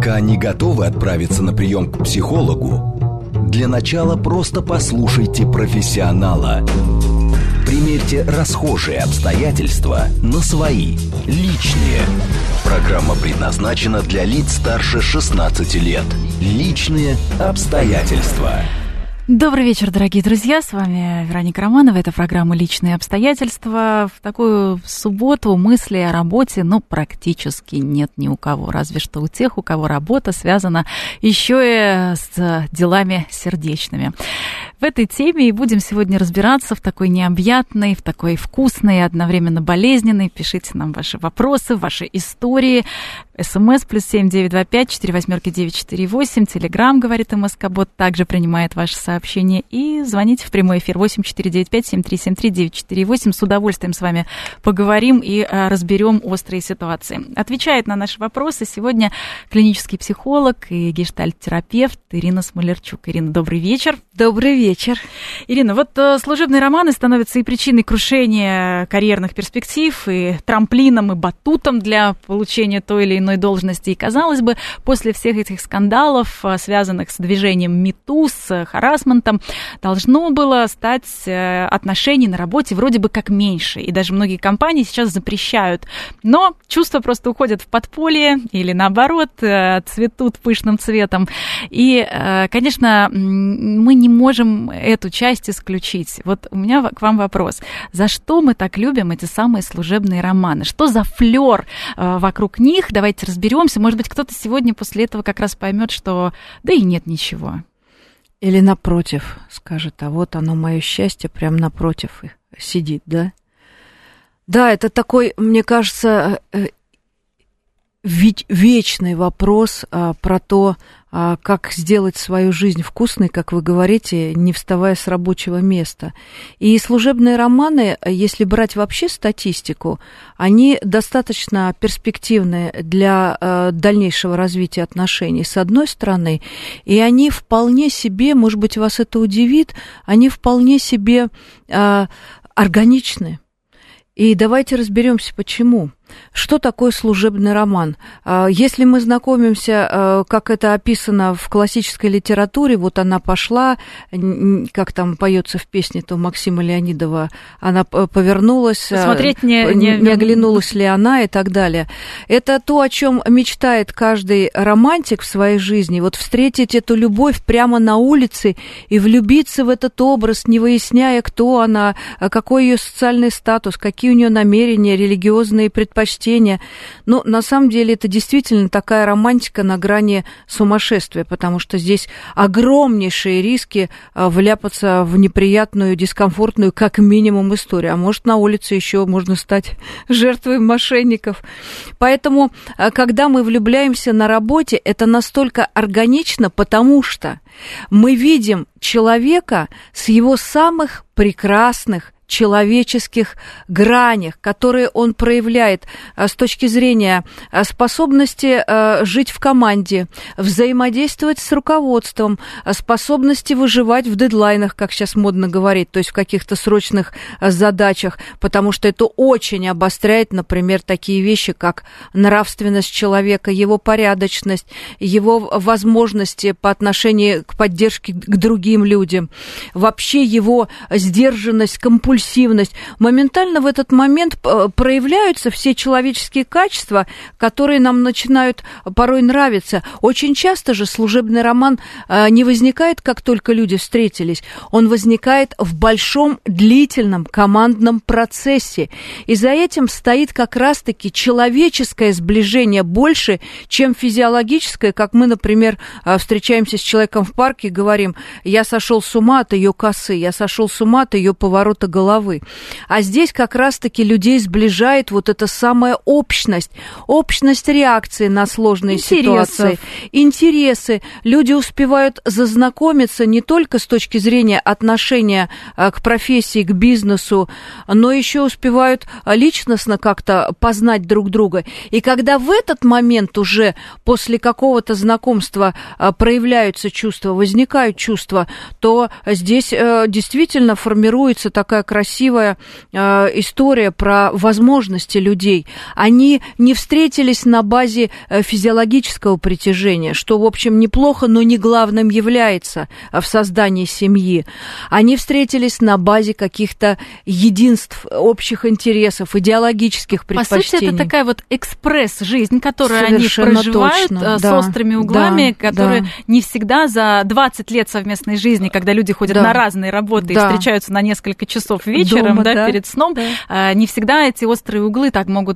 Пока не готовы отправиться на прием к психологу, для начала просто послушайте профессионала. Примерьте расхожие обстоятельства на свои, личные. Программа предназначена для лиц старше 16 лет. Личные обстоятельства. Добрый вечер, дорогие друзья, с вами Вероника Романова, это программа «Личные обстоятельства». В такую субботу мысли о работе, практически нет ни у кого, разве что у тех, у кого работа связана еще и с делами сердечными. В этой теме и будем сегодня разбираться в такой необъятной, в такой вкусной и одновременно болезненной. Пишите нам ваши вопросы, ваши истории. СМС +7 925 48 948. Телеграм, говорит МСК-бот, также принимает ваши сообщения. И звоните в прямой эфир 8495 7373 948. С удовольствием с вами поговорим и разберем острые ситуации. Отвечает на наши вопросы сегодня клинический психолог и гештальт-терапевт Ирина Смолерчук. Ирина, добрый вечер. Добрый вечер. Ирина, служебные романы становятся и причиной крушения карьерных перспектив, и трамплином, и батутом для получения той или иной должности. И, казалось бы, после всех этих скандалов, связанных с движением MeToo, с харассментом, должно было стать отношений на работе вроде бы как меньше. И даже многие компании сейчас запрещают. Но чувства просто уходят в подполье или, наоборот, цветут пышным цветом. И, конечно, мы не можем эту часть исключить. У меня к вам вопрос. За что мы так любим эти самые служебные романы? Что за флёр вокруг них? Давайте разберемся. Может быть, кто-то сегодня после этого как раз поймет, что да и нет ничего. Или напротив скажет, а вот оно, мое счастье, прям напротив сидит, да? Да, это такой, мне кажется, вечный вопрос про то, как сделать свою жизнь вкусной, как вы говорите, не вставая с рабочего места. И служебные романы, если брать вообще статистику, они достаточно перспективны для дальнейшего развития отношений, с одной стороны, и они вполне себе, может быть, вас это удивит, они вполне себе органичны. И давайте разберемся, почему. Что такое служебный роман? Если мы знакомимся, как это описано в классической литературе, вот она пошла, как там поется в песне то Максима Леонидова, она повернулась, смотреть не оглянулась ли она и так далее. Это то, о чем мечтает каждый романтик в своей жизни, вот встретить эту любовь прямо на улице и влюбиться в этот образ, не выясняя, кто она, какой ее социальный статус, какие у нее намерения, религиозные предпочтения. Но на самом деле это действительно такая романтика на грани сумасшествия, потому что здесь огромнейшие риски вляпаться в неприятную, дискомфортную, как минимум, историю. А может, на улице еще можно стать жертвой мошенников. Поэтому, когда мы влюбляемся на работе, это настолько органично, потому что мы видим человека с его самых прекрасных человеческих гранях, которые он проявляет с точки зрения способности жить в команде, взаимодействовать с руководством, способности выживать в дедлайнах, как сейчас модно говорить, то есть в каких-то срочных задачах, потому что это очень обостряет, например, такие вещи, как нравственность человека, его порядочность, его возможности по отношению к поддержке к другим людям, вообще его сдержанность, компульсивность. Моментально в этот момент проявляются все человеческие качества, которые нам начинают порой нравиться. Очень часто же служебный роман не возникает, как только люди встретились. Он возникает в большом, длительном командном процессе. И за этим стоит как раз-таки человеческое сближение больше, чем физиологическое, как мы, например, встречаемся с человеком в парке и говорим: я сошел с ума от ее косы, я сошел с ума от ее поворота головы. А здесь как раз-таки людей сближает вот эта самая общность реакции на сложные ситуации, интересы. Люди успевают зазнакомиться не только с точки зрения отношения к профессии, к бизнесу, но еще успевают личностно как-то познать друг друга. И когда в этот момент уже после какого-то знакомства проявляются чувства, возникают чувства, то здесь действительно формируется такая красивая история про возможности людей. Они не встретились на базе физиологического притяжения, что, в общем, неплохо, но не главным является в создании семьи. Они встретились на базе каких-то единств, общих интересов, идеологических предпочтений. По сути, это такая вот экспресс-жизнь, которую совершенно они проживают точно, с острыми углами, которые не всегда за 20 лет совместной жизни, когда люди ходят на разные работы и встречаются на несколько часов вечером, дома, перед сном, не всегда эти острые углы так могут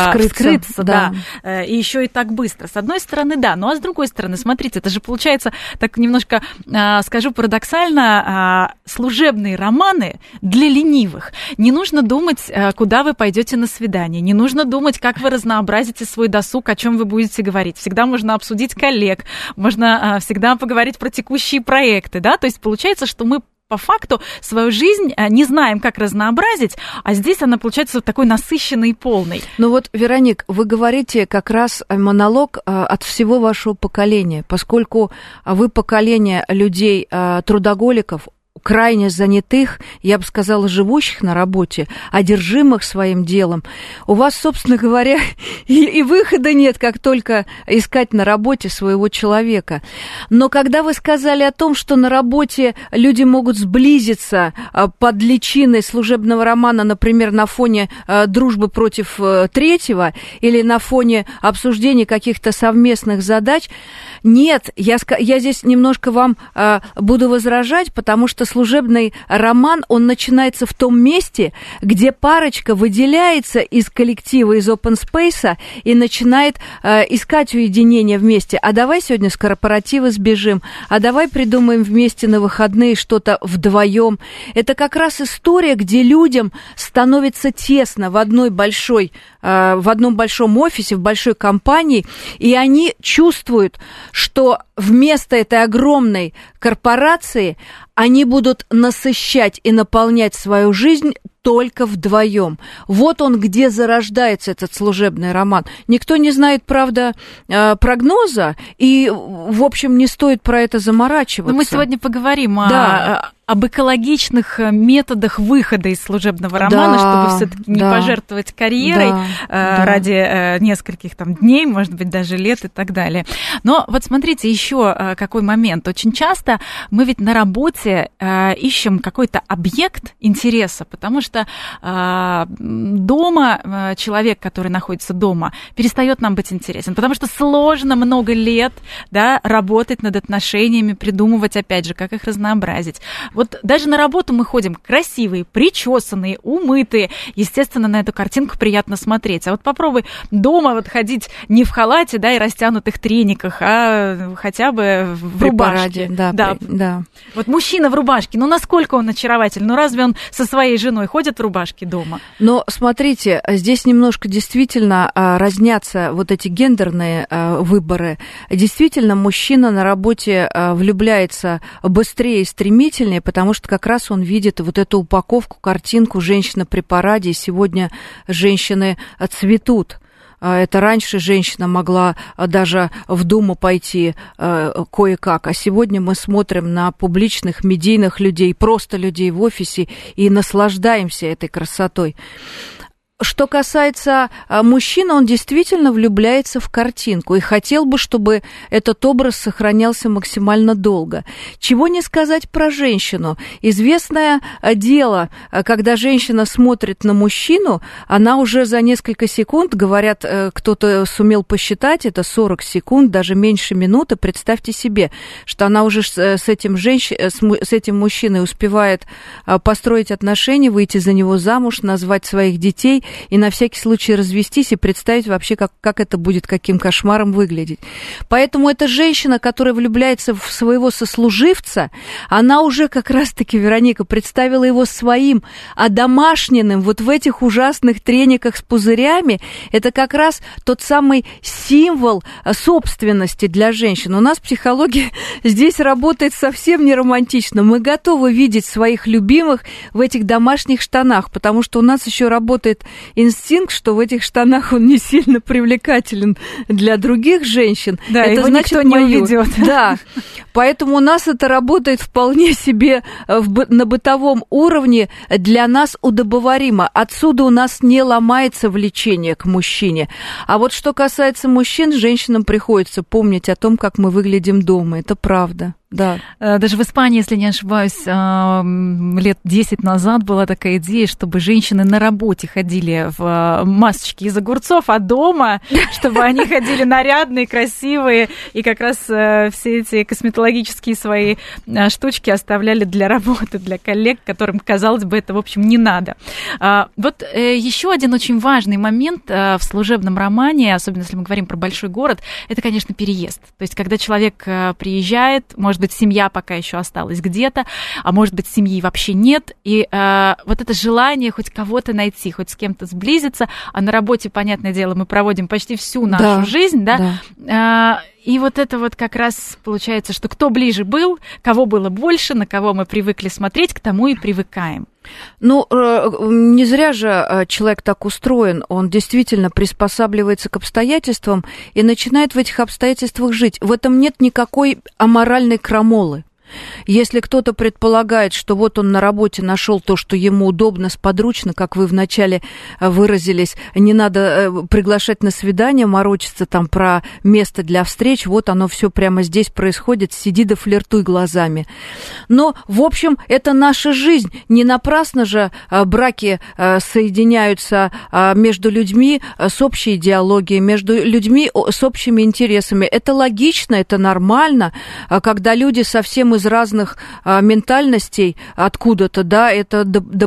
вскрыться, и еще и так быстро. С одной стороны, ну а с другой стороны, смотрите, это же получается, так немножко, скажу парадоксально, служебные романы для ленивых. Не нужно думать, куда вы пойдете на свидание, не нужно думать, как вы разнообразите свой досуг, о чем вы будете говорить. Всегда можно обсудить коллег, можно всегда поговорить про текущие проекты, да, то есть получается, что мы по факту свою жизнь не знаем, как разнообразить, а здесь она получается такой насыщенной и полной. Ну вот, Вероник, вы говорите как раз монолог от всего вашего поколения, поскольку вы поколение людей, трудоголиков, крайне занятых, я бы сказала, живущих на работе, одержимых своим делом. У вас, собственно говоря, и выхода нет, как только искать на работе своего человека. Но когда вы сказали о том, что на работе люди могут сблизиться под личиной служебного романа, например, на фоне дружбы против третьего или на фоне обсуждения каких-то совместных задач, нет, я здесь немножко вам буду возражать, потому что служебный роман, он начинается в том месте, где парочка выделяется из коллектива, из open space и начинает искать уединение вместе. А давай сегодня с корпоратива сбежим, а давай придумаем вместе на выходные что-то вдвоем. Это как раз история, где людям становится тесно в одном большом офисе, в большой компании, и они чувствуют, что вместо этой огромной корпорации они будут насыщать и наполнять свою жизнь только вдвоем. Вот он, где зарождается этот служебный роман. Никто не знает, правда, прогноза, и, в общем, не стоит про это заморачиваться. Но мы сегодня поговорим об экологичных методах выхода из служебного романа, чтобы все-таки не пожертвовать карьерой ради нескольких дней, может быть, даже лет и так далее. Но вот смотрите, еще какой момент. Очень часто мы ведь на работе ищем какой-то объект интереса, потому что дома человек, который находится дома, перестает нам быть интересен, потому что сложно много лет работать над отношениями, придумывать, опять же, как их разнообразить. Вот даже на работу мы ходим красивые, причесанные, умытые. Естественно, на эту картинку приятно смотреть. А вот попробуй дома ходить не в халате, и растянутых трениках, а хотя бы в рубашке. Да. Вот мужчина в рубашке, насколько он очаровательный? Разве он со своей женой ходит в рубашке дома? Но смотрите, здесь немножко действительно разнятся вот эти гендерные выборы. Действительно, мужчина на работе влюбляется быстрее и стремительнее, потому что как раз он видит вот эту упаковку, картинку «Женщина при параде», и сегодня женщины цветут. Это раньше женщина могла даже в Думу пойти кое-как, а сегодня мы смотрим на публичных, медийных людей, просто людей в офисе и наслаждаемся этой красотой. Что касается мужчины, он действительно влюбляется в картинку и хотел бы, чтобы этот образ сохранялся максимально долго. Чего не сказать про женщину. Известное дело, когда женщина смотрит на мужчину, она уже за несколько секунд, говорят, кто-то сумел посчитать, это 40 секунд, даже меньше минуты. Представьте себе, что она уже с этим мужчиной успевает построить отношения, выйти за него замуж, назвать своих детей, и на всякий случай развестись и представить вообще, как это будет, каким кошмаром выглядеть. Поэтому эта женщина, которая влюбляется в своего сослуживца, она уже как раз-таки, Вероника, представила его своим, одомашненным, вот в этих ужасных трениках с пузырями. Это как раз тот самый символ собственности для женщин. У нас психология здесь работает совсем не романтично. Мы готовы видеть своих любимых в этих домашних штанах, потому что у нас еще работает инстинкт, что в этих штанах он не сильно привлекателен для других женщин. Да, это его значит, никто не уведет. Да. Поэтому у нас это работает вполне себе на бытовом уровне, для нас удобоваримо. Отсюда у нас не ломается влечение к мужчине. А вот что касается мужчин, женщинам приходится помнить о том, как мы выглядим дома. Это правда. Да. Даже в Испании, если не ошибаюсь, лет 10 назад была такая идея, чтобы женщины на работе ходили в масочке из огурцов, а дома, чтобы они ходили нарядные, красивые, и как раз все эти косметологические свои штучки оставляли для работы, для коллег, которым, казалось бы, это, в общем, не надо. Вот еще один очень важный момент в служебном романе, особенно если мы говорим про большой город, это, конечно, переезд. То есть, когда человек приезжает, может быть, семья пока еще осталась где-то, а может быть, семьи вообще нет. И вот это желание хоть кого-то найти, хоть с кем-то сблизиться, а на работе, понятное дело, мы проводим почти всю нашу жизнь, да? И вот это вот как раз получается, что кто ближе был, кого было больше, на кого мы привыкли смотреть, к тому и привыкаем. Ну, не зря же человек так устроен, он действительно приспосабливается к обстоятельствам и начинает в этих обстоятельствах жить. В этом нет никакой аморальной крамолы. Если кто-то предполагает, что вот он на работе нашел то, что ему удобно, сподручно, как вы вначале выразились, не надо приглашать на свидание, морочиться там про место для встреч, вот оно все прямо здесь происходит, сиди да флиртуй глазами. Но, в общем, это наша жизнь. Не напрасно же браки соединяются между людьми с общей идеологией, между людьми с общими интересами. Это логично, это нормально, когда люди совсем из разных ментальностей откуда-то, да, это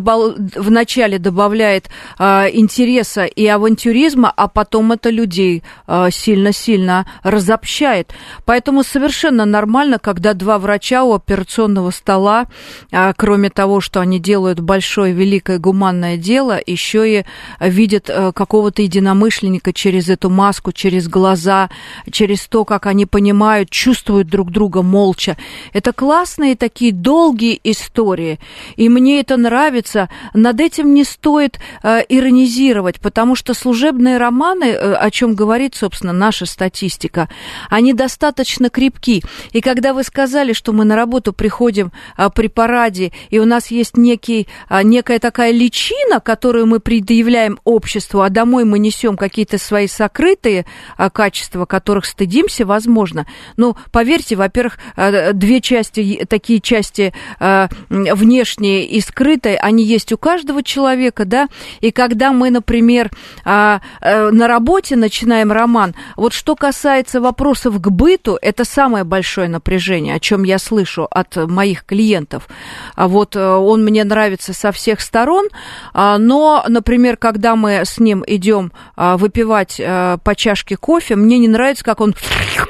вначале добавляет интереса и авантюризма, а потом это людей сильно-сильно разобщает. Поэтому совершенно нормально, когда два врача у операционного стола, кроме того, что они делают большое, великое, гуманное дело, еще и видят какого-то единомышленника через эту маску, через глаза, через то, как они понимают, чувствуют друг друга молча. Это классные такие долгие истории, и мне это нравится. Над этим не стоит иронизировать, потому что служебные романы, о чем говорит, собственно, наша статистика, они достаточно крепки. И когда вы сказали, что мы на работу приходим при параде, и у нас есть некая такая личина, которую мы предъявляем обществу, а домой мы несем какие-то свои сокрытые качества, которых стыдимся, возможно. Но поверьте, во-первых, две части, такие части внешние и скрытые, они есть у каждого человека, да, и когда мы, например, на работе начинаем роман, вот что касается вопросов к быту, это самое большое напряжение, о чем я слышу от моих клиентов. Вот он мне нравится со всех сторон, но, например, когда мы с ним идем выпивать по чашке кофе, мне не нравится, как он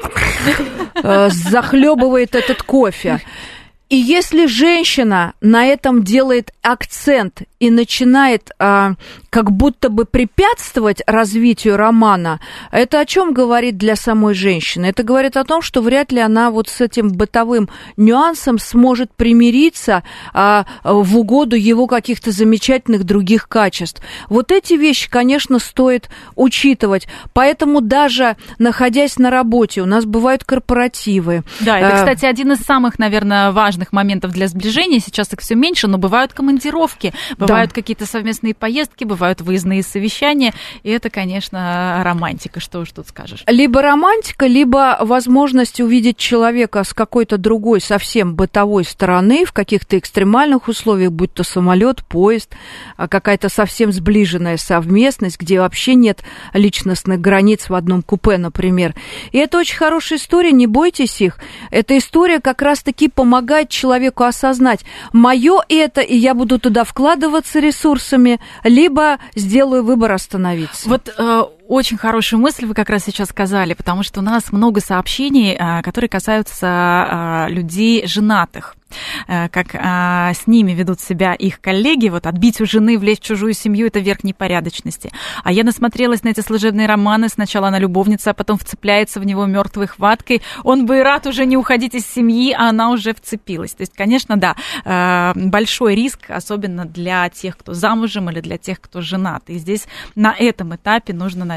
захлебывает этот кофе. И если женщина на этом делает акцент и начинает как будто бы препятствовать развитию романа, это о чем говорит для самой женщины? Это говорит о том, что вряд ли она вот с этим бытовым нюансом сможет примириться в угоду его каких-то замечательных других качеств. Вот эти вещи, конечно, стоит учитывать. Поэтому даже находясь на работе, у нас бывают корпоративы. Да, это, кстати, один из самых, наверное, важных моментов для сближения. Сейчас их все меньше, но бывают командировки, бывают какие-то совместные поездки, бывают выездные совещания, и это, конечно, романтика. Что уж тут скажешь. Либо романтика, либо возможность увидеть человека с какой-то другой, совсем бытовой стороны, в каких-то экстремальных условиях, будь то самолет, поезд, какая-то совсем сближенная совместность, где вообще нет личностных границ в одном купе, например. И это очень хорошая история, не бойтесь их. Эта история как раз-таки помогает человеку осознать, мое это, и я буду туда вкладываться ресурсами, либо сделаю выбор остановиться. Вот очень хорошую мысль вы как раз сейчас сказали, потому что у нас много сообщений, которые касаются людей женатых. Как с ними ведут себя их коллеги, вот отбить у жены, влезть в чужую семью, это верх непорядочности. А я насмотрелась на эти служебные романы, сначала она любовница, а потом вцепляется в него мертвой хваткой, он бы и рад уже не уходить из семьи, а она уже вцепилась. То есть, конечно, да, большой риск, особенно для тех, кто замужем или для тех, кто женат. И здесь на этом этапе нужно, наверное,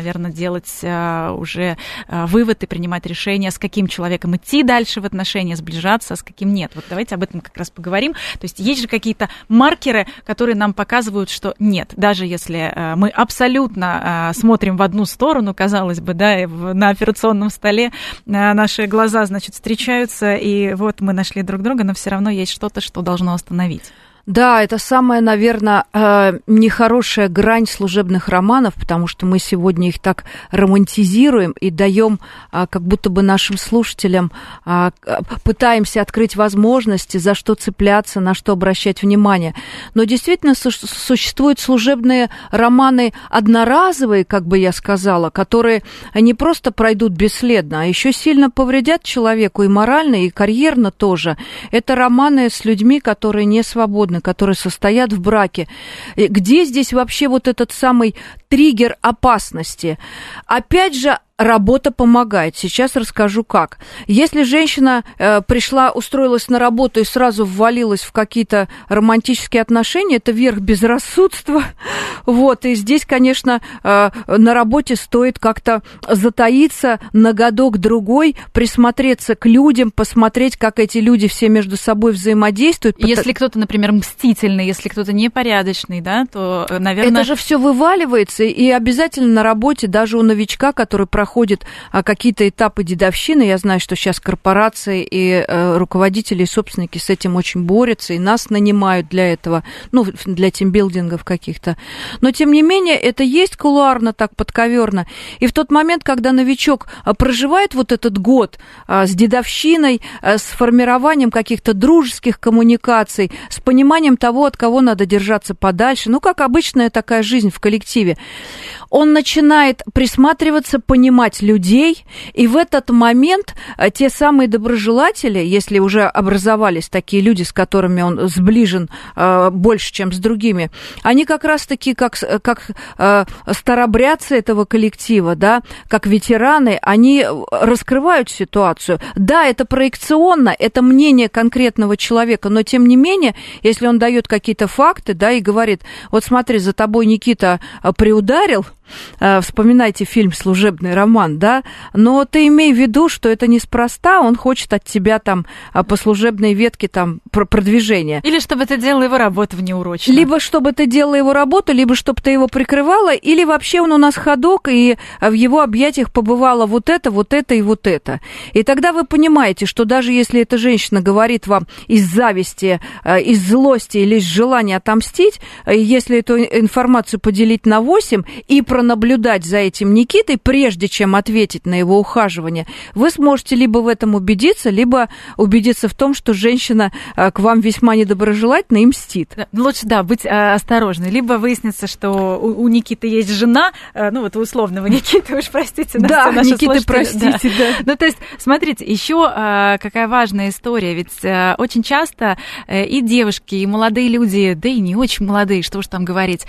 наверное, делать уже вывод и принимать решение, с каким человеком идти дальше в отношения, сближаться, а с каким нет. Вот давайте об этом как раз поговорим. То есть есть же какие-то маркеры, которые нам показывают, что нет. Даже если мы абсолютно смотрим в одну сторону, казалось бы, да, на операционном столе наши глаза, значит, встречаются, и вот мы нашли друг друга, но все равно есть что-то, что должно остановить. Да, это самая, наверное, нехорошая грань служебных романов, потому что мы сегодня их так романтизируем и даем как будто бы нашим слушателям, пытаемся открыть возможности, за что цепляться, на что обращать внимание. Но действительно существуют служебные романы одноразовые, как бы я сказала, которые не просто пройдут бесследно, а еще сильно повредят человеку и морально, и карьерно тоже. Это романы с людьми, которые не свободны, которые состоят в браке. Где здесь вообще вот этот самый триггер опасности? Опять же, работа помогает. Сейчас расскажу, как. Если женщина пришла, устроилась на работу и сразу ввалилась в какие-то романтические отношения, это верх безрассудства. Вот, и здесь, конечно, на работе стоит как-то затаиться на годок-другой, присмотреться к людям, посмотреть, как эти люди все между собой взаимодействуют. Если кто-то, например, мстительный, если кто-то непорядочный, да, то, наверное... Это же все вываливается, и обязательно на работе, даже у новичка, который проходит какие-то этапы дедовщины, я знаю, что сейчас корпорации и руководители, и собственники с этим очень борются, и нас нанимают для этого, ну, для тимбилдингов каких-то. Но, тем не менее, это есть кулуарно, так подковерно. И в тот момент, когда новичок проживает вот этот год с дедовщиной, с формированием каких-то дружеских коммуникаций, с пониманием того, от кого надо держаться подальше, ну, как обычная такая жизнь в коллективе, он начинает присматриваться, понимать людей, и в этот момент те самые доброжелатели, если уже образовались такие люди, с которыми он сближен больше, чем с другими, они как раз-таки, как старобрядцы этого коллектива, да, как ветераны, они раскрывают ситуацию. Да, это проекционно, это мнение конкретного человека, но тем не менее, если он дает какие-то факты, да, и говорит, вот смотри, за тобой Никита приударил, вспоминайте фильм «Служебный роман», да, но ты имей в виду, что это неспроста, он хочет от тебя там по служебной ветке там продвижения. Или чтобы ты делала его работу внеурочно. Либо чтобы ты делала его работу, либо чтобы ты его прикрывала, или вообще он у нас ходок, и в его объятиях побывало вот это и вот это. И тогда вы понимаете, что даже если эта женщина говорит вам из зависти, из злости или из желания отомстить, если эту информацию поделить на 8 и пронаблюдать за этим Никитой, прежде чем ответить на его ухаживание, вы сможете либо в этом убедиться, либо убедиться в том, что женщина к вам весьма недоброжелательна и мстит. Лучше, да, быть осторожной. Либо выяснится, что у Никиты есть жена, ну вот у условного Никиты, уж простите. Да, Никиты, простите. Да. Ну, то есть, смотрите, еще какая важная история, ведь очень часто и девушки, и молодые люди, да и не очень молодые, что уж там говорить,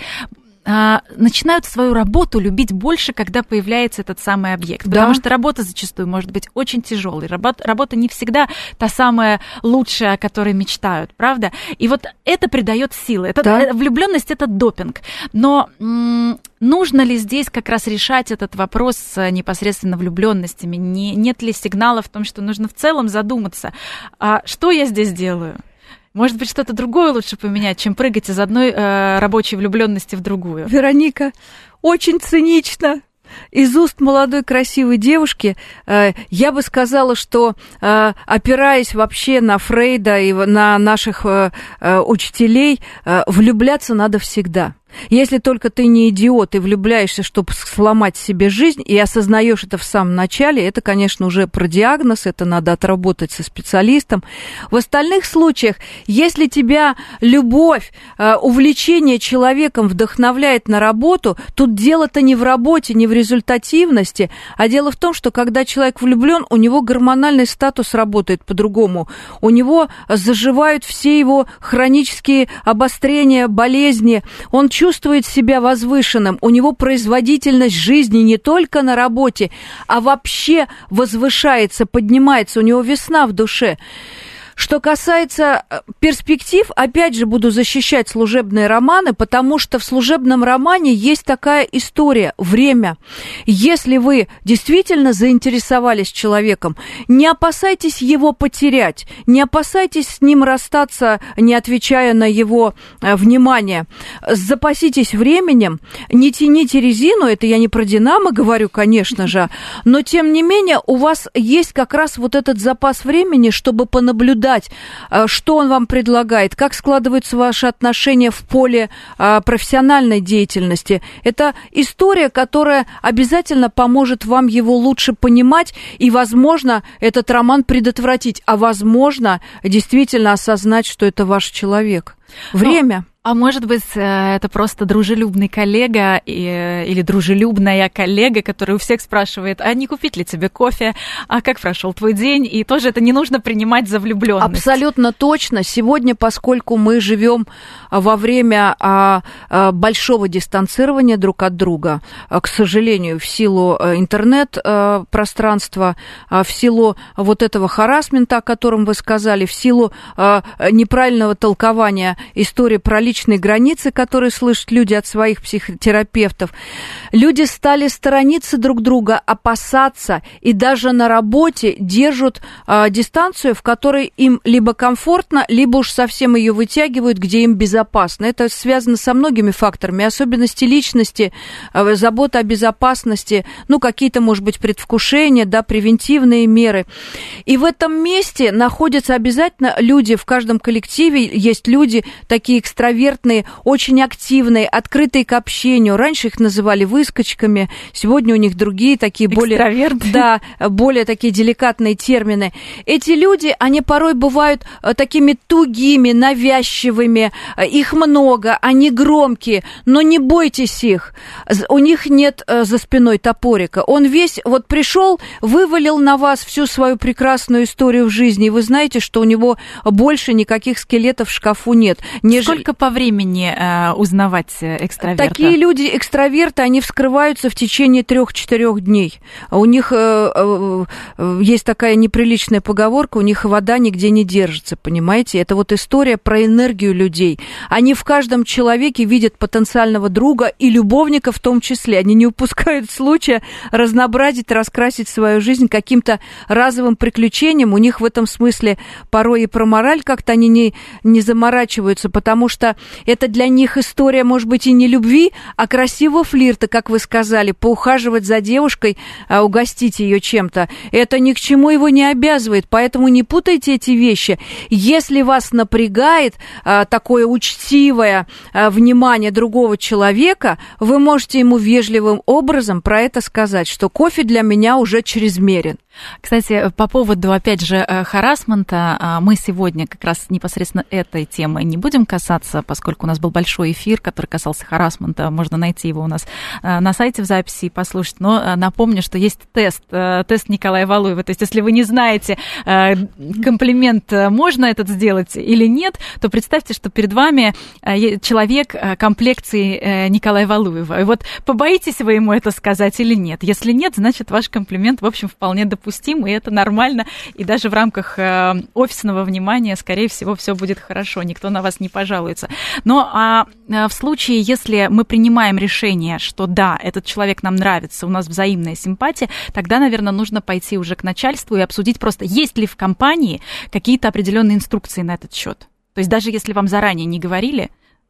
начинают свою работу любить больше, когда появляется этот самый объект. Да. Потому что работа зачастую может быть очень тяжелой. Работа не всегда та самая лучшая, о которой мечтают, правда? И вот это придает силы. Влюбленность — это допинг. Но нужно ли здесь как раз решать этот вопрос с непосредственно влюбленностями? Нет ли сигнала в том, что нужно в целом задуматься, что я здесь делаю? Может быть, что-то другое лучше поменять, чем прыгать из одной рабочей влюбленности в другую. Вероника, очень цинично. Из уст молодой красивой девушки я бы сказала, что, опираясь вообще на Фрейда и на наших учителей, влюбляться надо всегда. Если только ты не идиот и влюбляешься, чтобы сломать себе жизнь, и осознаешь это в самом начале, это, конечно, уже про диагноз, это надо отработать со специалистом. В остальных случаях, если тебя любовь, увлечение человеком вдохновляет на работу, тут дело-то не в работе, не в результативности, а дело в том, что когда человек влюблен, у него гормональный статус работает по-другому, у него заживают все его хронические обострения, болезни, он чувствует себя возвышенным, у него производительность жизни не только на работе, а вообще возвышается, поднимается, у него весна в душе. Что касается перспектив, опять же, буду защищать служебные романы, потому что в служебном романе есть такая история, время. Если вы действительно заинтересовались человеком, не опасайтесь его потерять, не опасайтесь с ним расстаться, не отвечая на его внимание. Запаситесь временем, не тяните резину, это я не про «Динамо» говорю, конечно же, но тем не менее у вас есть как раз вот этот запас времени, чтобы понаблюдать, что он вам предлагает, как складываются ваши отношения в поле профессиональной деятельности. Это история, которая обязательно поможет вам его лучше понимать и, возможно, этот роман предотвратить, а, возможно, действительно осознать, что это ваш человек. Время. А может быть, это просто дружелюбный коллега или дружелюбная коллега, которая у всех спрашивает, а не купить ли тебе кофе, а как прошел твой день, и тоже это не нужно принимать за влюбленность. Абсолютно точно. Сегодня, поскольку мы живем во время большого дистанцирования друг от друга, к сожалению, в силу интернет-пространства, в силу вот этого харассмента, о котором вы сказали, в силу неправильного толкования истории про личные границы, которые слышат люди от своих психотерапевтов, люди стали сторониться друг друга, опасаться, и даже на работе держат дистанцию, в которой им либо комфортно, либо уж совсем ее вытягивают, где им безопасно. Это связано со многими факторами, особенности личности, забота о безопасности, какие-то, может быть, предвкушения, превентивные меры. И в этом месте находятся обязательно люди, в каждом коллективе есть люди такие экстравертные, очень активные, открытые к общению. Раньше их называли выскочками, сегодня у них другие такие более такие деликатные термины. Эти люди, они порой бывают такими тугими, навязчивыми, их много, они громкие, но не бойтесь их. У них нет за спиной топорика. Он весь пришел, вывалил на вас всю свою прекрасную историю в жизни, и вы знаете, что у него больше никаких скелетов в шкафу нет. Сколько по времени узнавать экстраверта? Такие люди, экстраверты, они вскрываются в течение 3-4 дней. У них есть такая неприличная поговорка, у них вода нигде не держится, понимаете? Это история про энергию людей. Они в каждом человеке видят потенциального друга и любовника в том числе. Они не упускают случая разнообразить, раскрасить свою жизнь каким-то разовым приключением. У них в этом смысле порой и про мораль как-то они не заморачиваются, потому что это для них история, может быть, и не любви, а красивого флирта, как вы сказали, поухаживать за девушкой, угостить ее чем-то. Это ни к чему его не обязывает, поэтому не путайте эти вещи. Если вас напрягает такое учтивое внимание другого человека, вы можете ему вежливым образом про это сказать, что кофе для меня уже чрезмерен. Кстати, по поводу, опять же, харассмента, мы сегодня как раз непосредственно этой темы не будем касаться, поскольку у нас был большой эфир, который касался харассмента, можно найти его у нас на сайте в записи и послушать, но напомню, что есть тест Николая Валуева, то есть если вы не знаете, комплимент можно этот сделать или нет, то представьте, что перед вами человек комплекции Николая Валуева, и побоитесь вы ему это сказать или нет, если нет, значит ваш комплимент, в общем, вполне допустим, и это нормально, и даже в рамках офисного внимания, скорее всего, все будет хорошо, никто на вас не пожалуется. Но в случае, если мы принимаем решение, что да, этот человек нам нравится, у нас взаимная симпатия, тогда, наверное, нужно пойти уже к начальству и обсудить просто, есть ли в компании какие-то определенные инструкции на этот счет. То есть даже если вам заранее не говорили...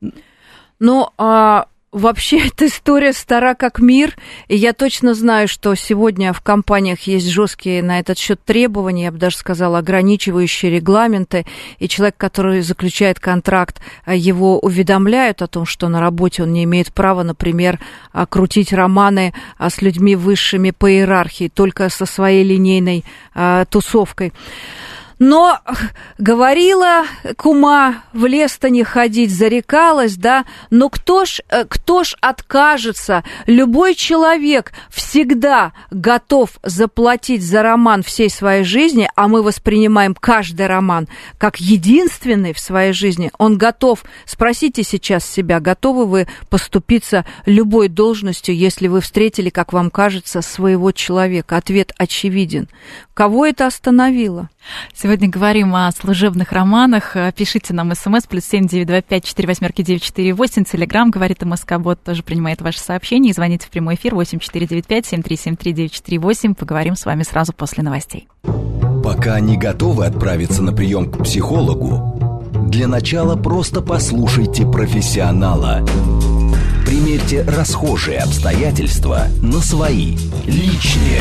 Вообще, эта история стара как мир, и я точно знаю, что сегодня в компаниях есть жесткие на этот счет требования, я бы даже сказала, ограничивающие регламенты, и человек, который заключает контракт, его уведомляют о том, что на работе он не имеет права, например, крутить романы с людьми высшими по иерархии, только со своей линейной тусовкой. Но говорила кума, в лес-то не ходить, зарекалась, но кто ж откажется? Любой человек всегда готов заплатить за роман всей своей жизни, а мы воспринимаем каждый роман как единственный в своей жизни. Он готов, спросите сейчас себя, готовы вы поступиться любой должностью, если вы встретили, как вам кажется, своего человека? Ответ очевиден. Кого это остановило? Сегодня говорим о служебных романах. Пишите нам смс +7 925 48 948. Телеграм говорит МСК-бот, тоже принимает ваши сообщения. И звоните в прямой эфир 8495 7373 948. Поговорим с вами сразу после новостей. Пока не готовы отправиться на прием к психологу, для начала просто послушайте профессионала. Примерьте расхожие обстоятельства на свои, личные.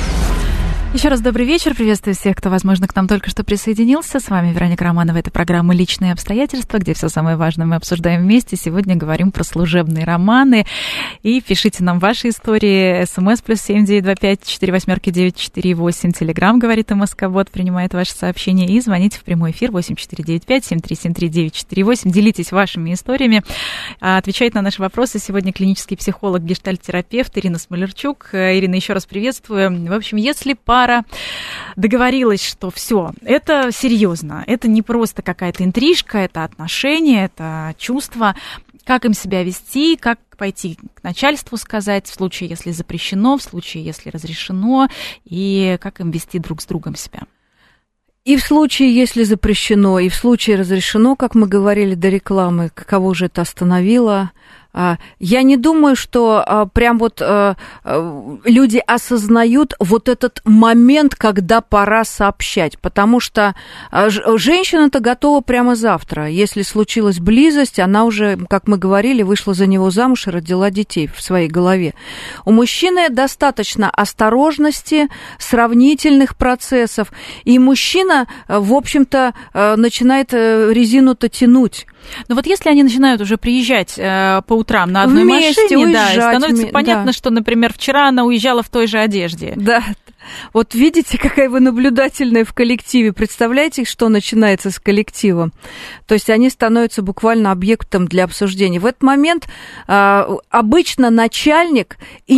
Еще раз добрый вечер. Приветствую всех, кто, возможно, к нам только что присоединился. С вами Вероника Романова. Это программа «Личные обстоятельства», где все самое важное мы обсуждаем вместе. Сегодня говорим про служебные романы. И пишите нам ваши истории. СМС +7 925 48 948. Телеграм говорит МСК-бот, принимает ваши сообщения. И звоните в прямой эфир 8495 7373 948. Делитесь вашими историями. Отвечает на наши вопросы сегодня клинический психолог, гештальт-терапевт Ирина Смолерчук. Ирина, еще раз приветствую. В общем, если пара договорилась, что все, это серьезно, это не просто какая-то интрижка, это отношения, это чувства, как им себя вести, как пойти к начальству сказать в случае, если запрещено, в случае, если разрешено, и как им вести друг с другом себя. И в случае, если запрещено, и в случае разрешено, как мы говорили до рекламы, кого же это остановило? Я не думаю, что прям вот люди осознают вот этот момент, когда пора сообщать, потому что женщина-то готова прямо завтра. Если случилась близость, она уже, как мы говорили, вышла за него замуж и родила детей в своей голове. У мужчины достаточно осторожности, сравнительных процессов, и мужчина, в общем-то, начинает резину-то тянуть. Но вот если они начинают уже приезжать по утрам на одной машине, уезжать, да, и становится понятно, да, что, например, вчера она уезжала в той же одежде. Да. Вот видите, какая вы наблюдательная в коллективе. Представляете, что начинается с коллективом? То есть они становятся буквально объектом для обсуждения. В этот момент обычно начальник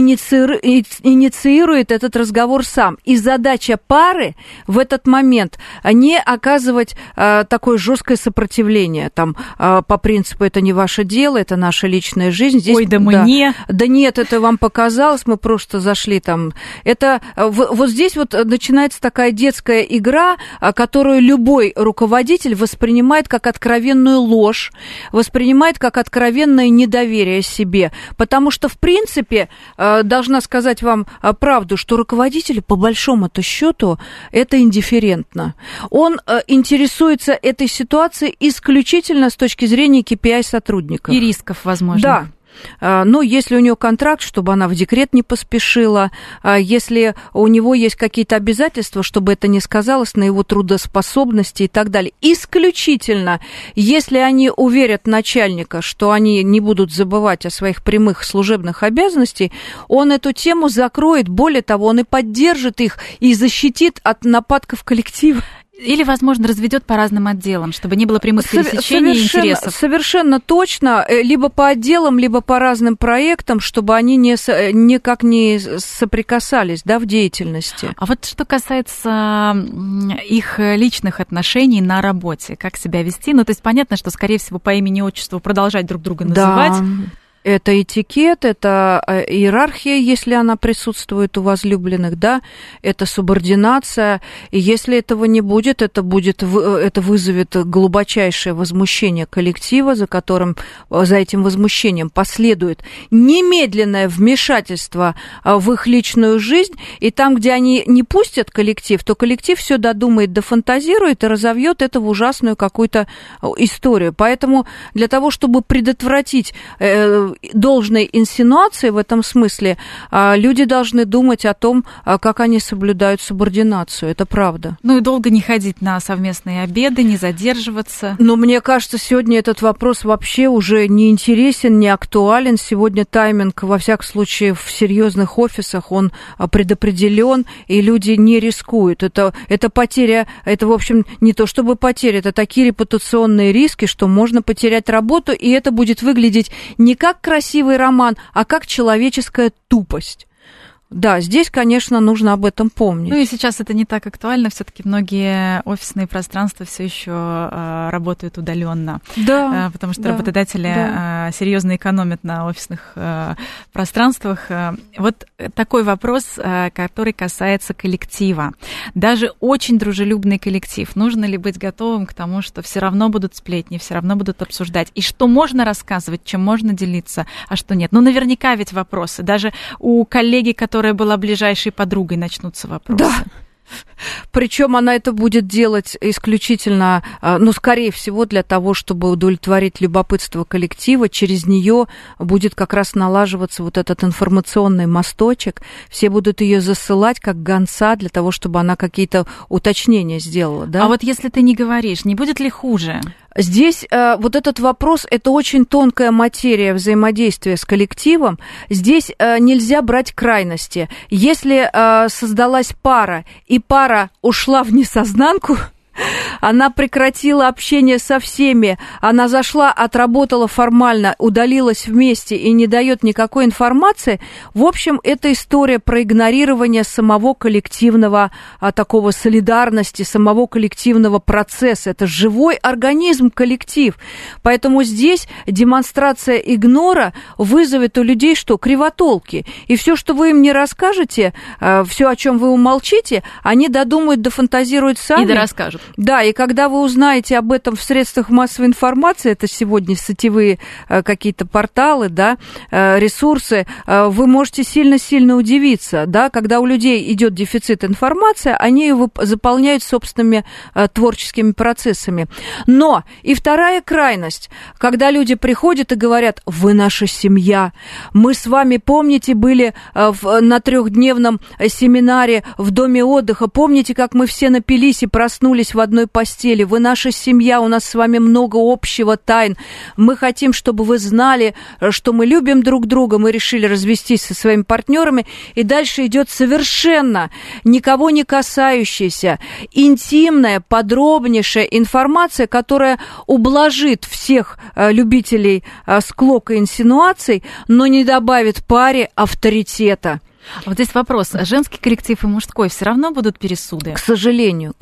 инициирует этот разговор сам. И задача пары в этот момент не оказывать такое жесткое сопротивление. Там, по принципу, это не ваше дело, это наша личная жизнь. Здесь, ой, да мне. Да нет, это вам показалось, мы просто зашли там. Это... Вот здесь вот начинается такая детская игра, которую любой руководитель воспринимает как откровенную ложь, воспринимает как откровенное недоверие себе. Потому что, в принципе, должна сказать вам правду, что руководителю, по большому-то счету, это индифферентно. Он интересуется этой ситуацией исключительно с точки зрения KPI сотрудников. И рисков, возможно. Да. Ну, если у нее контракт, чтобы она в декрет не поспешила, если у него есть какие-то обязательства, чтобы это не сказалось на его трудоспособности и так далее. Исключительно, если они уверят начальника, что они не будут забывать о своих прямых служебных обязанностях, он эту тему закроет, более того, он и поддержит их и защитит от нападков коллектива. Или, возможно, разведет по разным отделам, чтобы не было прямых пересечений интересов. Совершенно точно. Либо по отделам, либо по разным проектам, чтобы они никак не соприкасались, да, в деятельности. А вот что касается их личных отношений на работе, как себя вести? Ну, то есть понятно, что, скорее всего, по имени-отчеству продолжать друг друга называть. Да. Это этикет, это иерархия, если она присутствует у возлюбленных, да, это субординация, и если этого не будет, это вызовет глубочайшее возмущение коллектива, за этим возмущением последует немедленное вмешательство в их личную жизнь, и там, где они не пустят коллектив, то коллектив все додумает, дофантазирует и разовьет это в ужасную какую-то историю. Поэтому для того, чтобы предотвратить должной инсинуации в этом смысле, люди должны думать о том, как они соблюдают субординацию. Это правда. Ну и долго не ходить на совместные обеды, не задерживаться. Но мне кажется, сегодня этот вопрос вообще уже не интересен, не актуален. Сегодня тайминг, во всяком случае, в серьезных офисах, он предопределен, и люди не рискуют. Это потеря, это, в общем, не то чтобы потеря, это такие репутационные риски, что можно потерять работу, и это будет выглядеть не как красивый роман, а как человеческая тупость. Да, здесь, конечно, нужно об этом помнить. Ну и сейчас это не так актуально, все-таки многие офисные пространства все еще работают удаленно, да, потому что работодатели серьезно экономят на офисных пространствах. Вот такой вопрос, который касается коллектива. Даже очень дружелюбный коллектив. Нужно ли быть готовым к тому, что все равно будут сплетни, все равно будут обсуждать, и что можно рассказывать, чем можно делиться, а что нет? Ну, наверняка ведь вопросы. Даже у коллеги, которая была ближайшей подругой, начнутся вопросы. Да. Причем она это будет делать исключительно, скорее всего, для того, чтобы удовлетворить любопытство коллектива. Через нее будет как раз налаживаться вот этот информационный мосточек. Все будут ее засылать как гонца для того, чтобы она какие-то уточнения сделала. Да? А вот если ты не говоришь, не будет ли хуже? Здесь вот этот вопрос, это очень тонкая материя взаимодействия с коллективом. Здесь нельзя брать крайности. Если создалась пара, и пара ушла в несознанку, она прекратила общение со всеми, она зашла, отработала формально, удалилась вместе и не дает никакой информации. В общем, это история про игнорирование самого коллективного, такого солидарности, самого коллективного процесса. Это живой организм, коллектив. Поэтому здесь демонстрация игнора вызовет у людей что? Кривотолки. И все, что вы им не расскажете, все, о чем вы умолчите, они додумают, дофантазируют сами. И дорасскажут. Да, и когда вы узнаете об этом в средствах массовой информации, это сегодня сетевые какие-то порталы, да, ресурсы, вы можете сильно-сильно удивиться, да, когда у людей идет дефицит информации, они его заполняют собственными творческими процесами. Но и вторая крайность, когда люди приходят и говорят: вы наша семья, мы с вами, помните, были на 3-дневном семинаре в доме отдыха, помните, как мы все напились и проснулись в одной постели, вы наша семья, у нас с вами много общего, тайн, мы хотим, чтобы вы знали, что мы любим друг друга, мы решили развестись со своими партнерами, и дальше идет совершенно никого не касающаяся, интимная, подробнейшая информация, которая ублажит всех любителей склок и инсинуаций, но не добавит паре авторитета. Вот здесь вопрос. Женский коллектив и мужской все равно будут пересуды? К сожалению.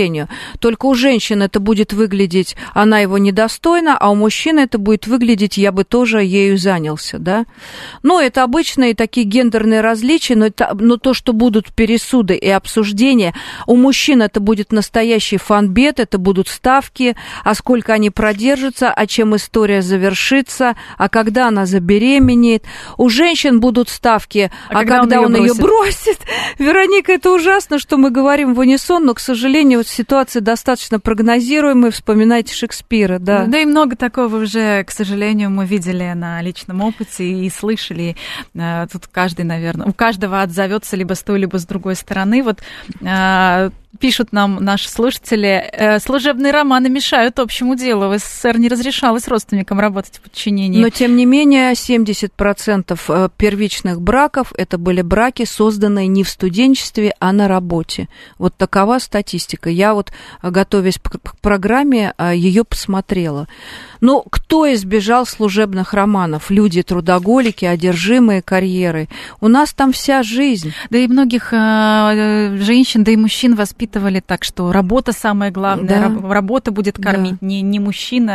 Только у женщины это будет выглядеть, она его недостойна, а у мужчины это будет выглядеть, я бы тоже ею занялся, да. Ну, это обычные такие гендерные различия, но то, что будут пересуды и обсуждения, у мужчин это будет настоящий фанбет, это будут ставки, а сколько они продержатся, а чем история завершится, а когда она забеременеет. У женщин будут ставки, когда он ее бросит. Вероника, это ужасно, что мы говорим в унисон, но, к сожалению, вот ситуация достаточно прогнозируемая. Вспоминайте Шекспира, да. Да и много такого уже, к сожалению, мы видели на личном опыте и слышали. Тут каждый, наверное, у каждого отзовется либо с той, либо с другой стороны. Вот пишут нам наши слушатели: служебные романы мешают общему делу. В СССР не разрешалось родственникам работать в подчинении. Но, тем не менее, 70% первичных браков – это были браки, созданные не в студенчестве, а на работе. Вот такова статистика. Я вот, готовясь к программе, ее посмотрела. Ну, кто избежал служебных романов? Люди трудоголики, одержимые карьерой. У нас там вся жизнь. Да и многих женщин, да и мужчин воспитывали так, что работа самое главное, да. Работа будет кормить, да. не мужчина,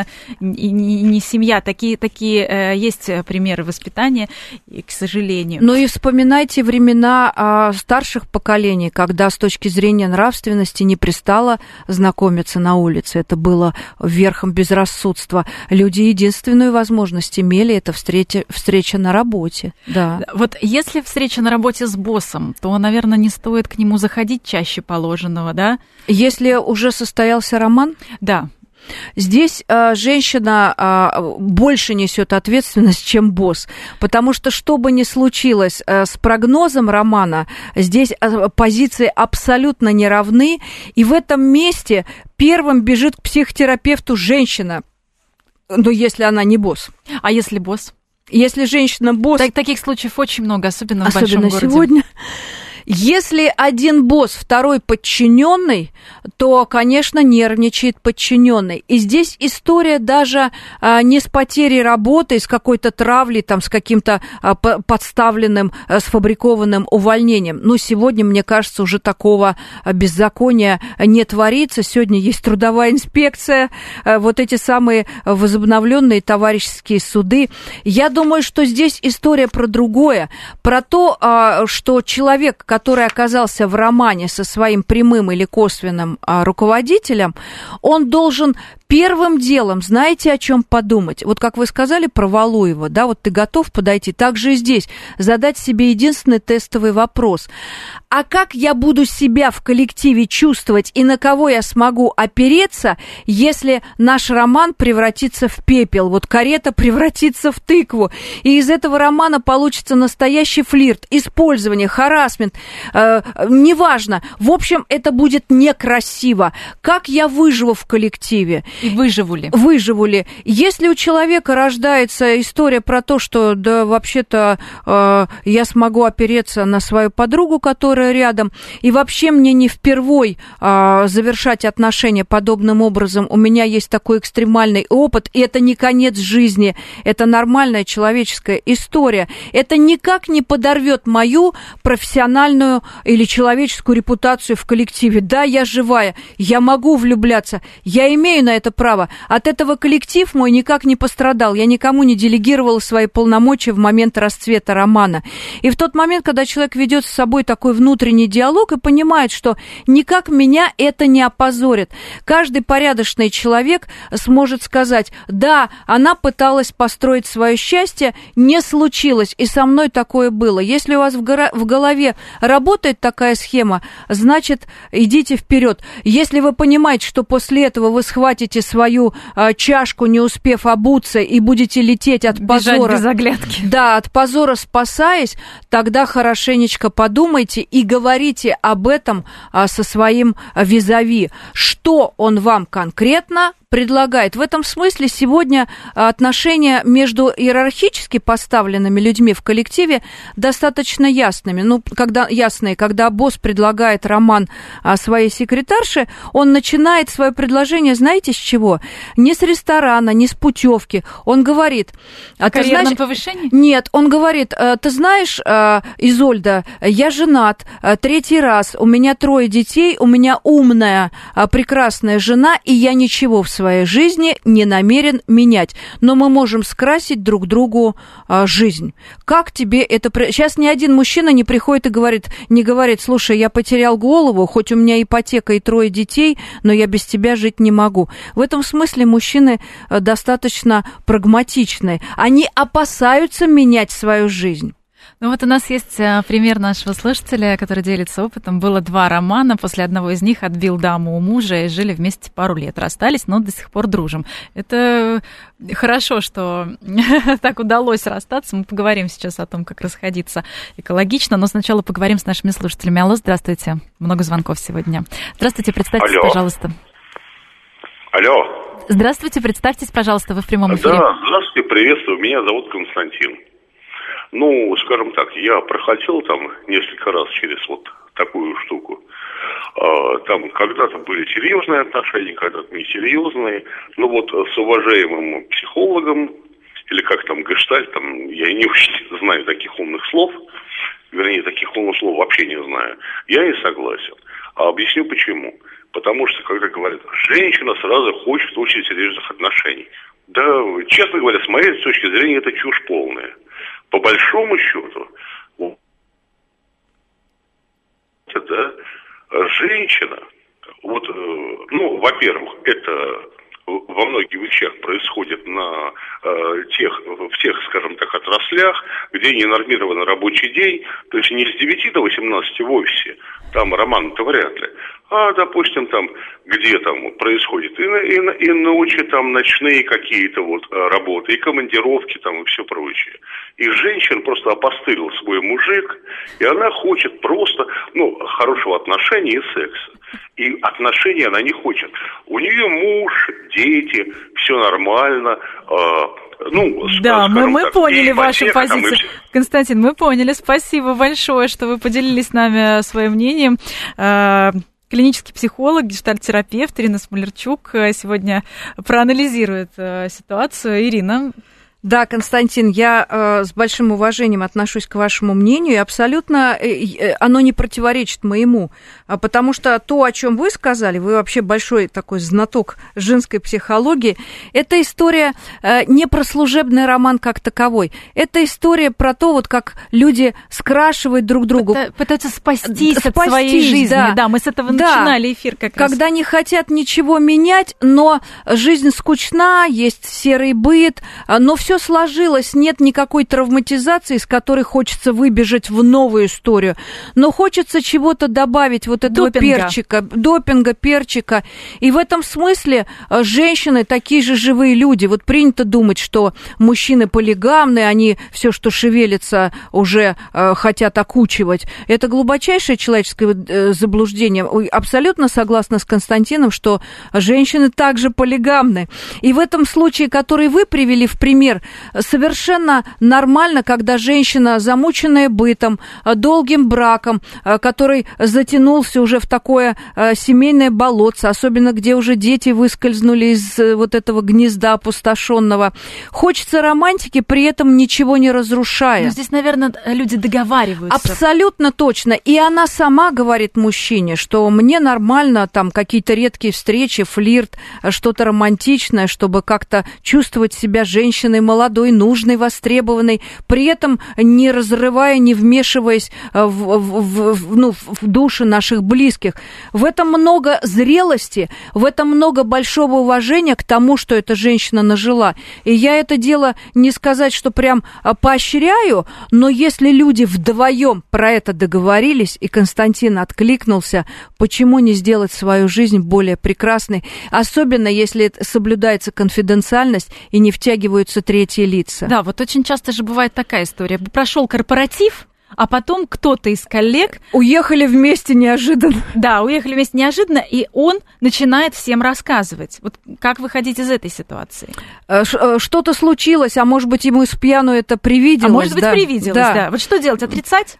не семья. Такие есть примеры воспитания, к сожалению. Ну и вспоминайте времена старших поколений, когда с точки зрения нравственности не пристало знакомиться на улице. Это было верхом безрассудства. Люди единственную возможность имели — это встреча на работе. Да. Вот если встреча на работе с боссом, то, наверное, не стоит к нему заходить чаще положенного, да? Если уже состоялся роман? Да. Здесь женщина больше несет ответственность, чем босс, потому что бы ни случилось с прогнозом романа, здесь позиции абсолютно не равны, и в этом месте первым бежит к психотерапевту женщина, но если она не босс. А если босс? Если женщина босс... Таких случаев очень много, особенно в большом городе. Сегодня. Если один босс, второй подчиненный, то, конечно, нервничает подчиненный. И здесь история даже не с потерей работы, с какой-то травлей, там, с каким-то подставленным, сфабрикованным увольнением. Но сегодня, мне кажется, уже такого беззакония не творится. Сегодня есть трудовая инспекция, вот эти самые возобновленные товарищеские суды. Я думаю, что здесь история про другое, про то, что человек, который оказался в романе со своим прямым или косвенным руководителем, он должен первым делом, знаете, о чем подумать? Вот как вы сказали про Валуева, да, вот ты готов подойти, так же и здесь, задать себе единственный тестовый вопрос. А как я буду себя в коллективе чувствовать и на кого я смогу опереться, если наш роман превратится в пепел, вот карета превратится в тыкву, и из этого романа получится настоящий флирт, использование, харассмент, неважно. В общем, это будет некрасиво. Как я выживу в коллективе? И выживу ли? Выживу ли? Если у человека рождается история про то, что, да, вообще-то я смогу опереться на свою подругу, которая рядом, и вообще мне не впервой завершать отношения подобным образом, у меня есть такой экстремальный опыт, и это не конец жизни, это нормальная человеческая история. Это никак не подорвет мою профессиональную или человеческую репутацию в коллективе. Да, я живая, я могу влюбляться, я имею на это право. От этого коллектив мой никак не пострадал. Я никому не делегировала свои полномочия в момент расцвета романа. И в тот момент, когда человек ведет с собой такой внутренний диалог и понимает, что никак меня это не опозорит, каждый порядочный человек сможет сказать: да, она пыталась построить свое счастье, не случилось, и со мной такое было. Если у вас в голове работает такая схема, значит, идите вперед. Если вы понимаете, что после этого вы схватите свою чашку, не успев обуться, и будете лететь от позора... Бежать без оглядки. Да, от позора спасаясь, тогда хорошенечко подумайте и говорите об этом со своим визави. Что он вам конкретно предлагает. В этом смысле сегодня отношения между иерархически поставленными людьми в коллективе достаточно ясными. Ну, когда босс предлагает роман своей секретарше, он начинает свое предложение, знаете, с чего? Не с ресторана, не с путевки. Он говорит... О карьерном повышении? Нет, он говорит: ты знаешь, Изольда, я женат 3-й раз, у меня 3 детей, у меня умная, прекрасная жена, и я ничего в своей жизни не намерен менять. Но мы можем скрасить друг другу жизнь. Как тебе это... Сейчас ни один мужчина не приходит и не говорит: слушай, я потерял голову, хоть у меня ипотека и 3 детей, но я без тебя жить не могу. В этом смысле мужчины достаточно прагматичны. Они опасаются менять свою жизнь. Ну вот у нас есть пример нашего слушателя, который делится опытом. Было 2 романа, после одного из них отбил даму у мужа и жили вместе пару лет. Расстались, но до сих пор дружим. Это хорошо, что так удалось расстаться. Мы поговорим сейчас о том, как расходиться экологично, но сначала поговорим с нашими слушателями. Алло, здравствуйте. Много звонков сегодня. Здравствуйте, представьтесь, пожалуйста. Алло. Здравствуйте, представьтесь, пожалуйста, вы в прямом эфире. Да, здравствуйте, приветствую. Меня зовут Константин. Ну, скажем так, я проходил там несколько раз через вот такую штуку. Там когда-то были серьезные отношения, когда-то несерьезные. Ну вот с уважаемым психологом, или как там, гештальт, там, я не очень знаю таких умных слов, вернее, таких умных слов вообще не знаю, я не согласен. А объясню почему. Потому что, когда говорят, женщина сразу хочет очень серьезных отношений. Да, честно говоря, с моей точки зрения, это чушь полная. По большому счету, да, женщина, вот, ну, во-первых, это во многих вещах происходит в тех, скажем так, отраслях, где не нормирован рабочий день, то есть не с 9 до 18 в офисе, там роман-то вряд ли, а, допустим, там, где там происходит и ночи, там, ночные какие-то вот работы, и командировки там, и все прочее. И женщин просто опостылил свой мужик, и она хочет просто, ну, хорошего отношения и секса. И отношений она не хочет. У нее муж, дети, все нормально, Да, мы поняли вашу позицию. Константин, мы поняли. Спасибо большое, что вы поделились с нами своим мнением. Клинический психолог, гештальт-терапевт Ирина Смолерчук сегодня проанализирует ситуацию. Ирина. Да, Константин, я с большим уважением отношусь к вашему мнению, и абсолютно оно не противоречит моему, потому что то, о чем вы сказали, вы вообще большой такой знаток женской психологии, это история не про служебный роман как таковой, это история про то, вот как люди скрашивают друг другу. Пытаются спастись от своей жизни. Да, мы с этого начинали эфир как раз. Когда не хотят ничего менять, но жизнь скучна, есть серый быт, но все сложилось, нет никакой травматизации, с которой хочется выбежать в новую историю, но хочется чего-то добавить, вот этого допинга, перчика. И в этом смысле женщины такие же живые люди. Вот принято думать, что мужчины полигамны, они все, что шевелится, уже хотят окучивать. Это глубочайшее человеческое заблуждение. Абсолютно согласна с Константином, что женщины также полигамны. И в этом случае, который вы привели в пример, совершенно нормально, когда женщина, замученная бытом, долгим браком, который затянулся уже в такое семейное болотце, особенно где уже дети выскользнули из вот этого гнезда опустошенного. Хочется романтики, при этом ничего не разрушая. Но здесь, наверное, люди договариваются. Абсолютно точно. И она сама говорит мужчине, что мне нормально там какие-то редкие встречи, флирт, что-то романтичное, чтобы как-то чувствовать себя женщиной молодой, нужной, востребованной, при этом не разрывая, не вмешиваясь в души наших близких. В этом много зрелости, в этом много большого уважения к тому, что эта женщина нажила. И я это дело не сказать, что прям поощряю, но если люди вдвоем про это договорились, и Константин откликнулся, почему не сделать свою жизнь более прекрасной, особенно если соблюдается конфиденциальность и не втягиваются третьи лица. Да, вот очень часто же бывает такая история. Прошел корпоратив, а потом кто-то из коллег... Уехали вместе неожиданно. Да, уехали вместе неожиданно, и он начинает всем рассказывать. Вот как выходить из этой ситуации? Что-то случилось, а может быть, ему с пьяну это привиделось. А может быть, привиделось, да. Вот что делать, отрицать?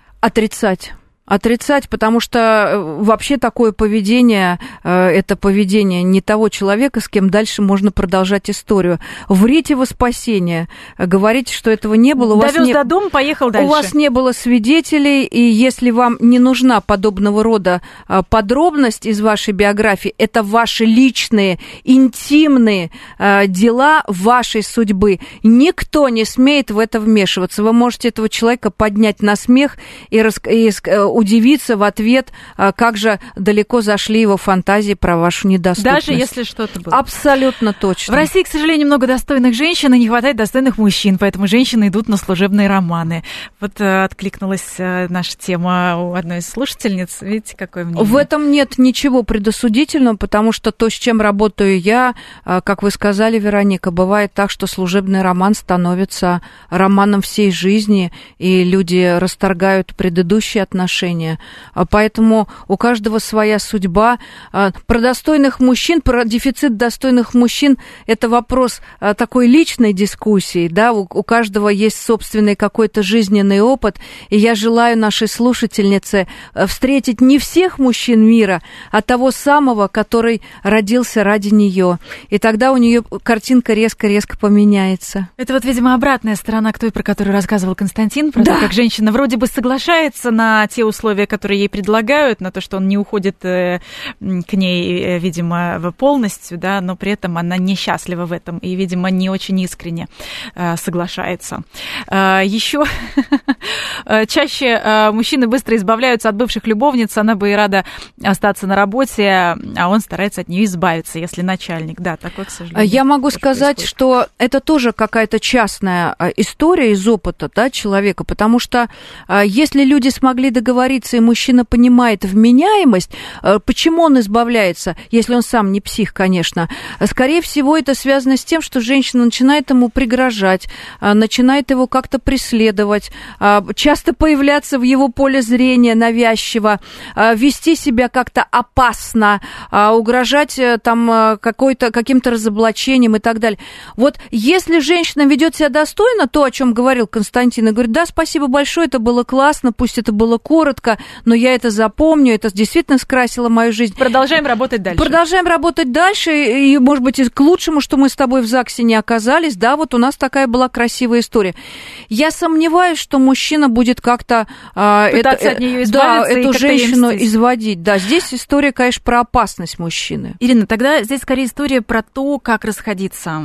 Отрицать, потому что вообще такое поведение, это поведение не того человека, с кем дальше можно продолжать историю. Врите во спасение, говорите, что этого не было. Довез до дома, поехал дальше. У вас не было свидетелей, и если вам не нужна подобного рода подробность из вашей биографии, это ваши личные, интимные дела вашей судьбы. Никто не смеет в это вмешиваться. Вы можете этого человека поднять на смех и удивиться в ответ, как же далеко зашли его фантазии про вашу недоступность. Даже если что-то было. Абсолютно точно. В России, к сожалению, много достойных женщин, и не хватает достойных мужчин, поэтому женщины идут на служебные романы. Вот откликнулась наша тема у одной из слушательниц. Видите, какое мнение? В этом нет ничего предосудительного, потому что то, с чем работаю я, как вы сказали, Вероника, бывает так, что служебный роман становится романом всей жизни, и люди расторгают предыдущие отношения. Поэтому у каждого своя судьба. Про достойных мужчин, про дефицит достойных мужчин – это вопрос такой личной дискуссии. Да? У каждого есть собственный какой-то жизненный опыт. И я желаю нашей слушательнице встретить не всех мужчин мира, а того самого, который родился ради нее. И тогда у нее картинка резко-резко поменяется. Это вот, видимо, обратная сторона к той, про которую рассказывал Константин, про то, как женщина вроде бы соглашается на те условия, которые ей предлагают, на то, что он не уходит к ней, видимо, полностью, да, но при этом она несчастлива в этом и, видимо, не очень искренне соглашается. Еще чаще мужчины быстро избавляются от бывших любовниц, она бы и рада остаться на работе, а он старается от нее избавиться, если начальник. Да, такое, к сожалению. Я могу сказать, что это тоже какая-то частная история из опыта, да, человека, потому что если люди смогли договориться говорится, и мужчина понимает вменяемость, почему он избавляется, если он сам не псих, конечно, скорее всего, это связано с тем, что женщина начинает ему пригрожать, начинает его как-то преследовать, часто появляться в его поле зрения навязчиво, вести себя как-то опасно, угрожать там каким-то разоблачением и так далее. Вот если женщина ведет себя достойно, то, о чем говорил Константин, и говорит, да, спасибо большое, это было классно, пусть это было коротко, но я это запомню, это действительно скрасило мою жизнь. Продолжаем работать дальше. Продолжаем работать дальше, и, может быть, и к лучшему, что мы с тобой в ЗАГСе не оказались. Да, вот у нас такая была красивая история. Я сомневаюсь, что мужчина будет как-то пытаться от нее избавиться, эту женщину изводить. Да, здесь история, конечно, про опасность мужчины. Ирина, тогда здесь скорее история про то, как расходиться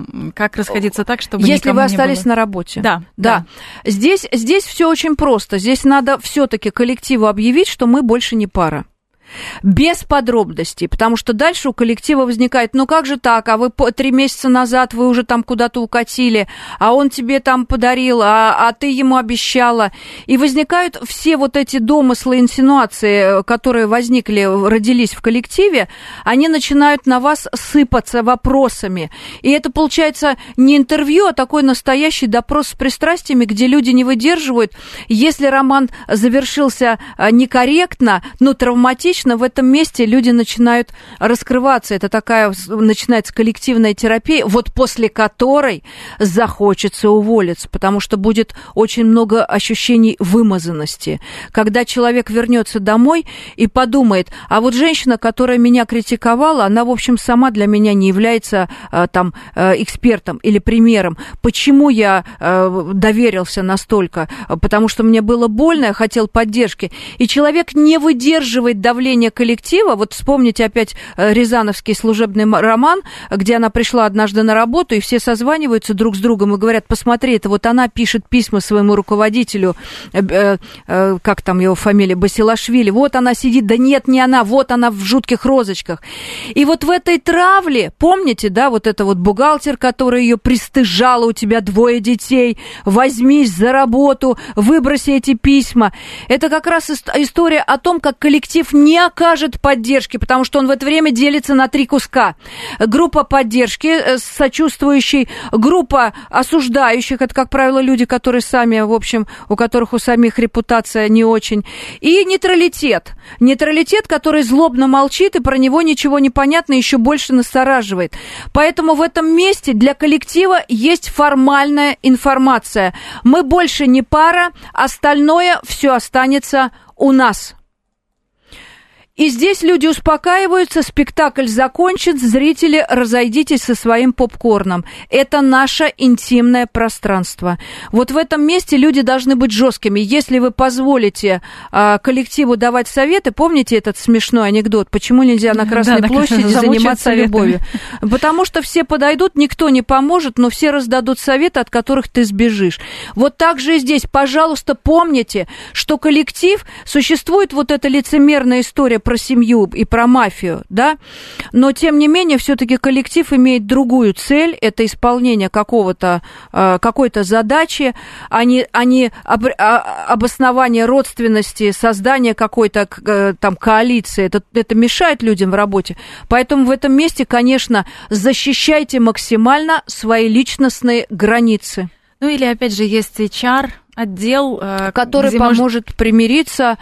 так, чтобы если вы остались на работе. Да. Здесь все очень просто. Здесь надо все-таки коллективу объявить, что мы больше не пара. Без подробностей, потому что дальше у коллектива возникает, ну как же так, а вы 3 месяца назад вы уже там куда-то укатили, а он тебе там подарил, а ты ему обещала. И возникают все вот эти домыслы, инсинуации, которые родились в коллективе, они начинают на вас сыпаться вопросами. И это получается не интервью, а такой настоящий допрос с пристрастиями, где люди не выдерживают. Если роман завершился некорректно, но травматично, в этом месте люди начинают раскрываться. Это начинается коллективная терапия, вот после которой захочется уволиться, потому что будет очень много ощущений вымазанности. Когда человек вернется домой и подумает, а вот женщина, которая меня критиковала, она, в общем, сама для меня не является экспертом или примером. Почему я доверился настолько? Потому что мне было больно, я хотел поддержки. И человек не выдерживает давления коллектива. Вот вспомните опять рязановский служебный роман, где она пришла однажды на работу, и все созваниваются друг с другом и говорят, посмотри, это вот она пишет письма своему руководителю, как там его фамилия, Басилашвили, вот она сидит, да нет, не она, вот она в жутких розочках. И вот в этой травле, помните, да, вот это вот бухгалтер, который ее пристыжала, у тебя 2 детей, возьмись за работу, выброси эти письма. Это как раз история о том, как коллектив не окажет поддержки, потому что он в это время делится на 3 куска. Группа поддержки, сочувствующей, группа осуждающих, это, как правило, люди, которые сами, в общем, у которых у самих репутация не очень, и нейтралитет. Нейтралитет, который злобно молчит, и про него ничего не понятно, еще больше настораживает. Поэтому в этом месте для коллектива есть формальная информация. Мы больше не пара, остальное все останется у нас. И здесь люди успокаиваются, спектакль закончен, зрители, разойдитесь со своим попкорном. Это наше интимное пространство. Вот в этом месте люди должны быть жесткими. Если вы позволите коллективу давать советы, помните этот смешной анекдот, почему нельзя на Красной площади заниматься любовью? Потому что все подойдут, никто не поможет, но все раздадут советы, от которых ты сбежишь. Вот так же и здесь. Пожалуйста, помните, что коллектив, существует вот эта лицемерная история про семью и про мафию, да, но, тем не менее, все-таки коллектив имеет другую цель, это исполнение какой-то задачи, а не обоснование родственности, создание какой-то там коалиции, это мешает людям в работе, поэтому в этом месте, конечно, защищайте максимально свои личностные границы. Ну или, опять же, есть HR-отдел, который поможет примириться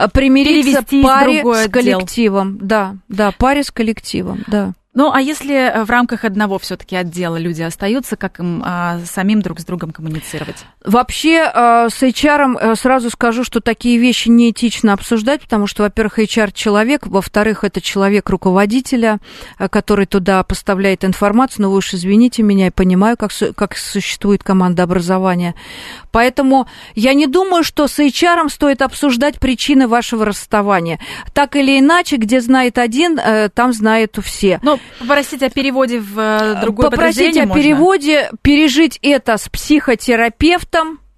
паре с коллективом. Да, паре с коллективом, да. Ну, а если в рамках одного все-таки отдела люди остаются, как им самим друг с другом коммуницировать? Вообще, с HR сразу скажу, что такие вещи неэтично обсуждать, потому что, во-первых, HR человек, во-вторых, это человек руководителя, который туда поставляет информацию, но вы уж извините меня, я понимаю, как существует командообразование. Поэтому я не думаю, что с HR стоит обсуждать причины вашего расставания. Так или иначе, где знает один, там знают все. Но попросить о переводе в другое подразделение можно? Попросить о переводе, пережить это с психотерапевтом,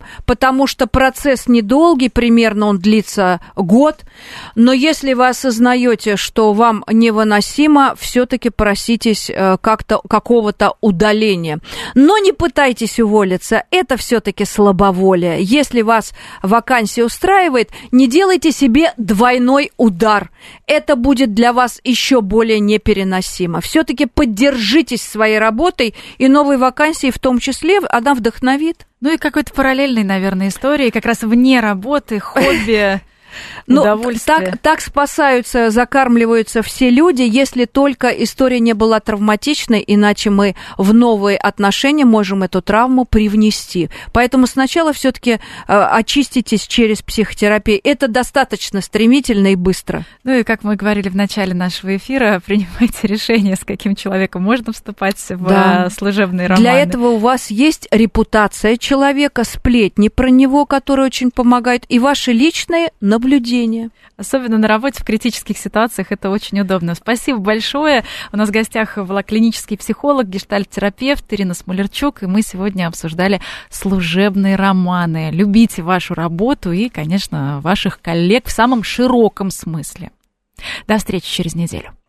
потому что процесс недолгий, примерно он длится год, но если вы осознаете, что вам невыносимо, все-таки проситесь какого-то удаления. Но не пытайтесь уволиться, это все-таки слабоволие. Если вас вакансия устраивает, не делайте себе двойной удар. Это будет для вас еще более непереносимо. Все-таки поддержитесь своей работой, и новой вакансии в том числе, она вдохновит. Ну и какой-то параллельной, наверное, истории, как раз вне работы, хобби. удовольствие. Так спасаются, закармливаются все люди, если только история не была травматичной, иначе мы в новые отношения можем эту травму привнести. Поэтому сначала все-таки очиститесь через психотерапию. Это достаточно стремительно и быстро. Ну и как мы говорили в начале нашего эфира, принимайте решение, с каким человеком можно вступать в служебные романы. Для этого у вас есть репутация человека, сплетни про него, которые очень помогают, и ваши личные наблюдения. Особенно на работе в критических ситуациях это очень удобно. Спасибо большое. У нас в гостях была клинический психолог, гештальт-терапевт Ирина Смолерчук, и мы сегодня обсуждали служебные романы. Любите вашу работу и, конечно, ваших коллег в самом широком смысле. До встречи через неделю.